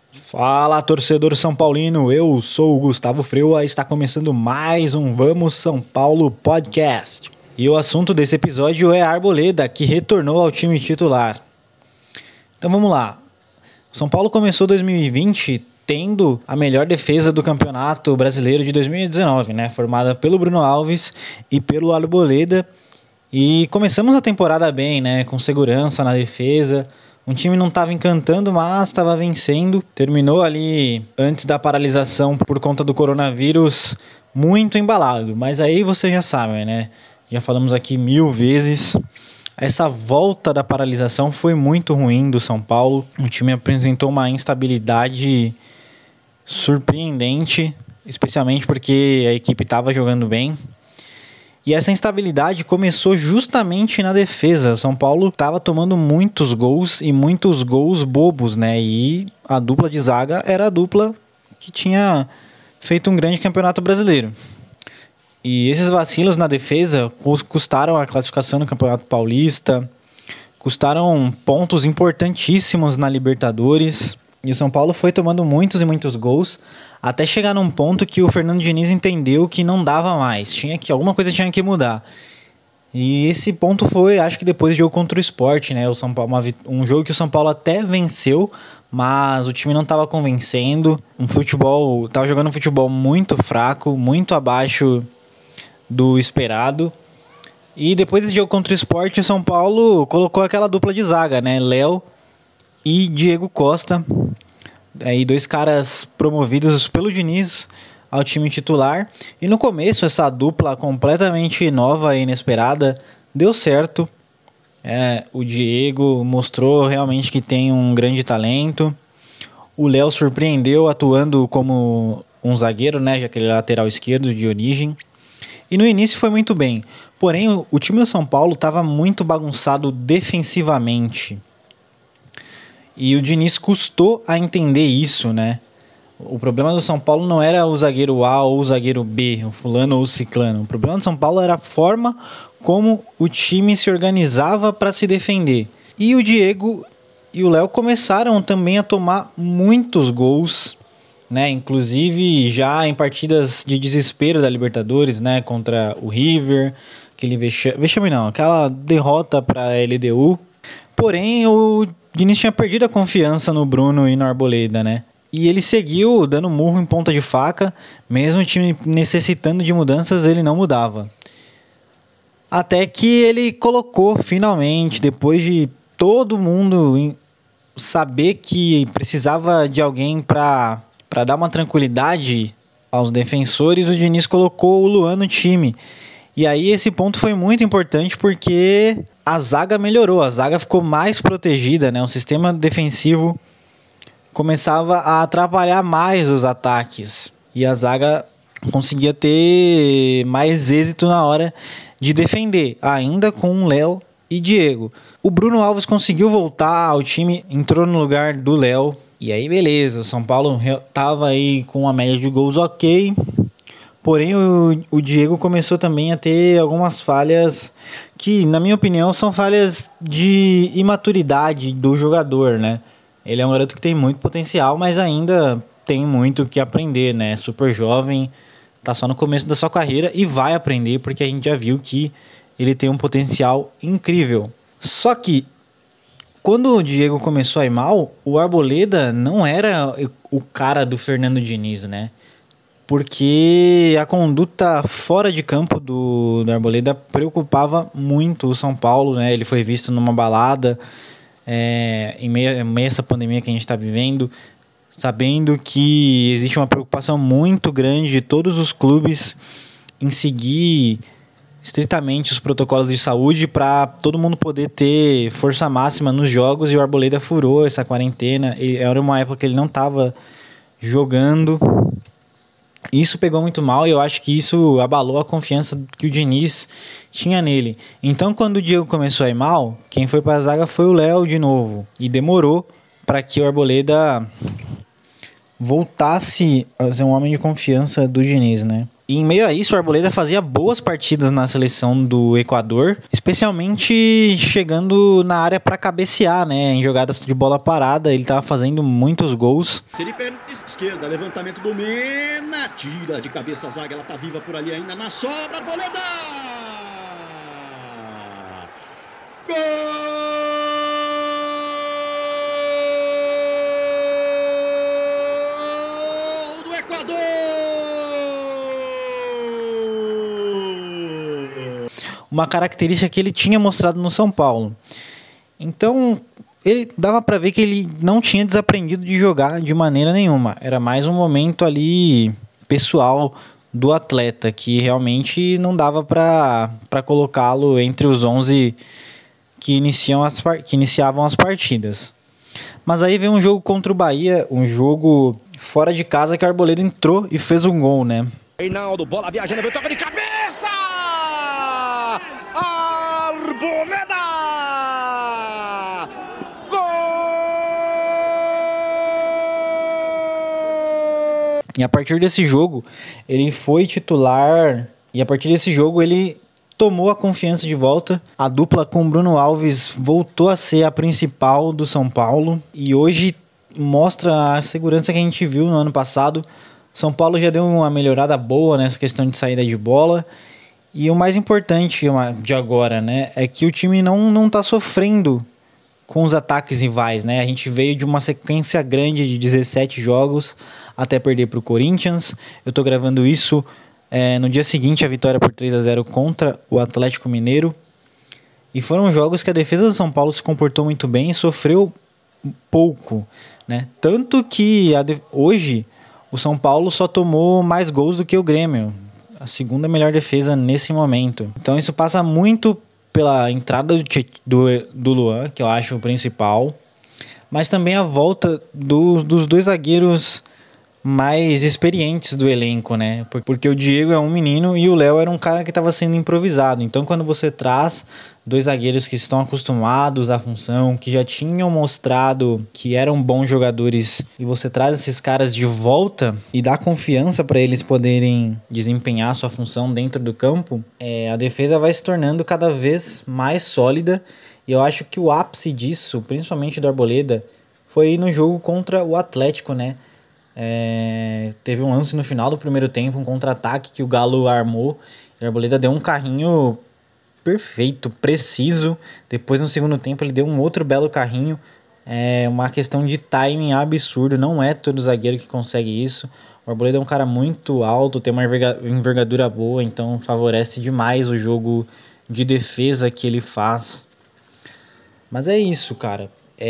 Fala, torcedor São Paulino, eu sou o Gustavo Freua e está começando mais um Vamos São Paulo podcast. E o assunto desse episódio é a Arboleda, que retornou ao time titular. Então vamos lá. O São Paulo começou 2020 tendo a melhor defesa do Campeonato Brasileiro de 2019, né? Formada pelo Bruno Alves e pelo Arboleda. E começamos a temporada bem, né? Com segurança na defesa. Um time não estava encantando, mas estava vencendo. Terminou ali antes da paralisação por conta do coronavírus muito embalado. Mas aí você já sabe, né? Já falamos aqui 1000 vezes. Essa volta da paralisação foi muito ruim do São Paulo. O time apresentou uma instabilidade surpreendente, especialmente porque a equipe estava jogando bem. E essa instabilidade começou justamente na defesa. O São Paulo estava tomando muitos gols e muitos gols bobos, né? E a dupla de zaga era a dupla que tinha feito um grande campeonato brasileiro. E esses vacilos na defesa custaram a classificação no Campeonato Paulista, custaram pontos importantíssimos na Libertadores. E o São Paulo foi tomando muitos e muitos gols, até chegar num ponto que o Fernando Diniz entendeu que não dava mais, alguma coisa tinha que mudar. E esse ponto foi, acho que depois do jogo contra o Sport, né? O São Paulo, um jogo que o São Paulo até venceu, mas o time não estava convencendo. Tava jogando um futebol muito fraco, muito abaixo do esperado. E depois desse jogo contra o Sport, o São Paulo colocou aquela dupla de zaga, né? Léo e Diego Costa, aí dois caras promovidos pelo Diniz ao time titular. E no começo essa dupla completamente nova e inesperada deu certo. O Diego mostrou realmente que tem um grande talento. O Léo surpreendeu atuando como um zagueiro, né, já que ele é lateral esquerdo de origem. E no início foi muito bem. Porém, o time do São Paulo estava muito bagunçado defensivamente. E o Diniz custou a entender isso, né? O problema do São Paulo não era o zagueiro A ou o zagueiro B, o fulano ou o ciclano. O problema do São Paulo era a forma como o time se organizava para se defender. E o Diego e o Léo começaram também a tomar muitos gols, né? Inclusive já em partidas de desespero da Libertadores, né? Contra o River, aquela derrota para a LDU. Porém, o Diniz tinha perdido a confiança no Bruno e no Arboleda, né? E ele seguiu dando murro em ponta de faca, mesmo o time necessitando de mudanças, ele não mudava. Até que ele colocou, finalmente, depois de todo mundo saber que precisava de alguém para dar uma tranquilidade aos defensores, o Diniz colocou o Luan no time. E aí esse ponto foi muito importante porque a zaga melhorou, a zaga ficou mais protegida, né? O sistema defensivo começava a atrapalhar mais os ataques e a zaga conseguia ter mais êxito na hora de defender, ainda com Léo e Diego. O Bruno Alves conseguiu voltar ao time, entrou no lugar do Léo, e aí beleza, o São Paulo estava aí com uma média de gols ok. Porém, o Diego começou também a ter algumas falhas que, na minha opinião, são falhas de imaturidade do jogador, né? Ele é um garoto que tem muito potencial, mas ainda tem muito que aprender, né? Super jovem, tá só no começo da sua carreira e vai aprender, porque a gente já viu que ele tem um potencial incrível. Só que, quando o Diego começou a ir mal, o Arboleda não era o cara do Fernando Diniz, né? Porque a conduta fora de campo do Arboleda preocupava muito o São Paulo, né? Ele foi visto numa balada em meio a essa pandemia que a gente está vivendo, sabendo que existe uma preocupação muito grande de todos os clubes em seguir estritamente os protocolos de saúde para todo mundo poder ter força máxima nos jogos, e o Arboleda furou essa quarentena. Era uma época que ele não estava jogando. Isso pegou muito mal e eu acho que isso abalou a confiança que o Diniz tinha nele. Então, quando o Diego começou a ir mal, quem foi para a zaga foi o Léo de novo. E demorou para que o Arboleda voltasse a ser um homem de confiança do Diniz, né? E em meio a isso, o Arboleda fazia boas partidas na seleção do Equador, especialmente chegando na área para cabecear, né? Em jogadas de bola parada, ele estava fazendo muitos gols. Ele perna esquerda, levantamento do Mena, tira de cabeça a zaga, ela tá viva por ali ainda na sobra, Arboleda! Gol! Uma característica que ele tinha mostrado no São Paulo. Então, ele dava para ver que ele não tinha desaprendido de jogar de maneira nenhuma. Era mais um momento ali pessoal do atleta, que realmente não dava para colocá-lo entre os 11 que iniciavam as partidas. Mas aí veio um jogo contra o Bahia, um jogo fora de casa, que o Arboleda entrou e fez um gol, né? Reinaldo, bola viajando, veio toca de cabeça! Arboleda! Gol! E a partir desse jogo, ele foi titular. E a partir desse jogo, ele tomou a confiança de volta. A dupla com Bruno Alves voltou a ser a principal do São Paulo. E hoje mostra a segurança que a gente viu no ano passado. São Paulo já deu uma melhorada boa nessa questão de saída de bola. E o mais importante de agora, né, é que o time não está sofrendo com os ataques rivais, né? A gente veio de uma sequência grande de 17 jogos até perder para o Corinthians. Eu estou gravando isso no dia seguinte, a vitória por 3-0 contra o Atlético Mineiro. E foram jogos que a defesa do São Paulo se comportou muito bem e sofreu pouco, né? Tanto que hoje o São Paulo só tomou mais gols do que o Grêmio, a segunda melhor defesa nesse momento. Então isso passa muito pela entrada do Luan, que eu acho o principal, mas também a volta dos dois zagueiros mais experientes do elenco, né? Porque o Diego é um menino e o Léo era um cara que estava sendo improvisado. Então, quando você traz dois zagueiros que estão acostumados à função, que já tinham mostrado que eram bons jogadores, e você traz esses caras de volta e dá confiança para eles poderem desempenhar sua função dentro do campo, a defesa vai se tornando cada vez mais sólida. E eu acho que o ápice disso, principalmente do Arboleda, foi no jogo contra o Atlético, né? Teve um lance no final do primeiro tempo, um contra-ataque que o Galo armou, e o Arboleda deu um carrinho perfeito, preciso. Depois no segundo tempo ele deu um outro belo carrinho. Uma questão de timing absurdo, não é todo zagueiro que consegue isso. O Arboleda é um cara muito alto, tem uma envergadura boa, então favorece demais o jogo de defesa que ele faz. Mas é isso, cara.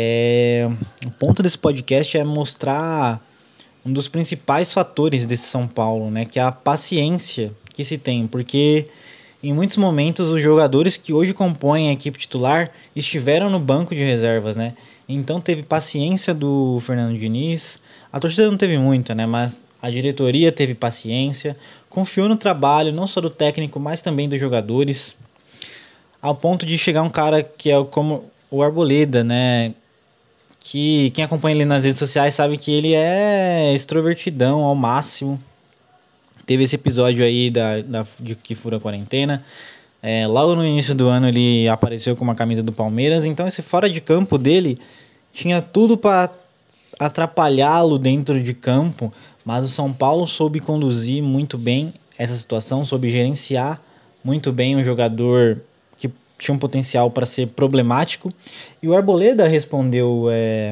O ponto desse podcast é mostrar um dos principais fatores desse São Paulo, né, que é a paciência que se tem, porque em muitos momentos os jogadores que hoje compõem a equipe titular estiveram no banco de reservas, né? Então teve paciência do Fernando Diniz, a torcida não teve muita, né, mas a diretoria teve paciência, confiou no trabalho não só do técnico, mas também dos jogadores, ao ponto de chegar um cara que é como o Arboleda, né, que quem acompanha ele nas redes sociais sabe que ele é extrovertidão ao máximo. Teve esse episódio aí de que fura a quarentena. Logo no início do ano ele apareceu com uma camisa do Palmeiras. Então esse fora de campo dele tinha tudo para atrapalhá-lo dentro de campo. Mas o São Paulo soube conduzir muito bem essa situação, soube gerenciar muito bem um jogador que tinha um potencial para ser problemático, e o Arboleda respondeu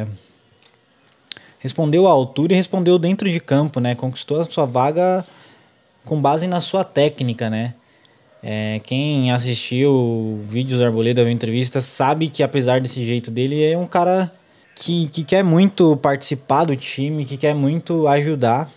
à altura e respondeu dentro de campo, né? Conquistou a sua vaga com base na sua técnica, né? Quem assistiu vídeos do Arboleda ou entrevistas sabe que apesar desse jeito dele, é um cara que quer muito participar do time, que quer muito ajudar.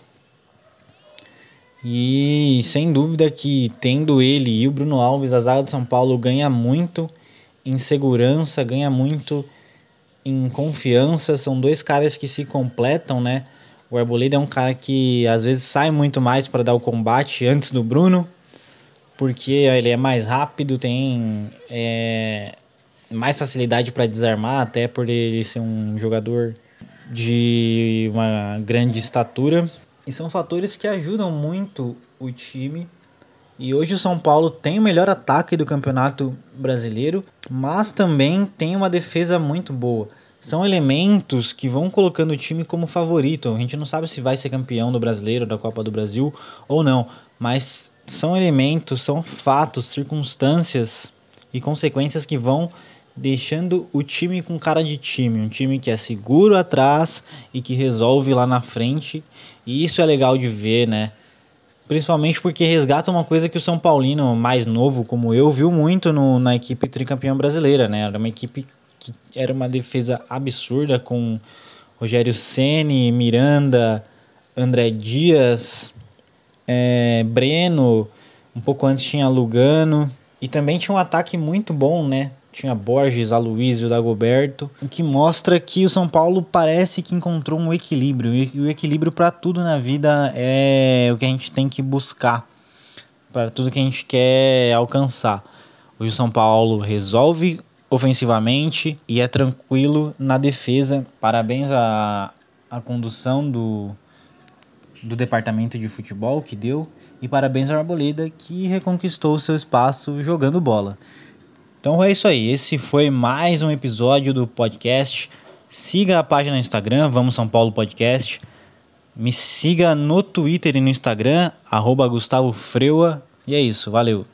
E sem dúvida que tendo ele e o Bruno Alves, a zaga do São Paulo ganha muito em segurança, ganha muito em confiança. São dois caras que se completam, né? O Arboleda é um cara que às vezes sai muito mais para dar o combate antes do Bruno, porque ele é mais rápido, tem mais facilidade para desarmar, até por ele ser um jogador de uma grande estatura. E são fatores que ajudam muito o time. E hoje o São Paulo tem o melhor ataque do Campeonato Brasileiro, mas também tem uma defesa muito boa. São elementos que vão colocando o time como favorito. A gente não sabe se vai ser campeão do Brasileiro, da Copa do Brasil ou não, mas são elementos, são fatos, circunstâncias e consequências que vão deixando o time com cara de time. Um time que é seguro atrás e que resolve lá na frente. E isso é legal de ver, né? Principalmente porque resgata uma coisa que o São Paulino mais novo, como eu, viu muito na equipe tricampeã brasileira, né? Era uma equipe que era uma defesa absurda com Rogério Ceni, Miranda, André Dias, Breno, um pouco antes tinha Lugano, e também tinha um ataque muito bom, né? Tinha Borges, Aloysio, Dagoberto, o que mostra que o São Paulo parece que encontrou um equilíbrio, e o equilíbrio para tudo na vida é o que a gente tem que buscar, para tudo que a gente quer alcançar. Hoje o São Paulo resolve ofensivamente e é tranquilo na defesa. Parabéns à condução do departamento de futebol que deu, e parabéns ao Arboleda, que reconquistou o seu espaço jogando bola. Então é isso aí, esse foi mais um episódio do podcast. Siga a página no Instagram, Vamos São Paulo Podcast. Me siga no Twitter e no Instagram, @GustavoFreua. E é isso, valeu.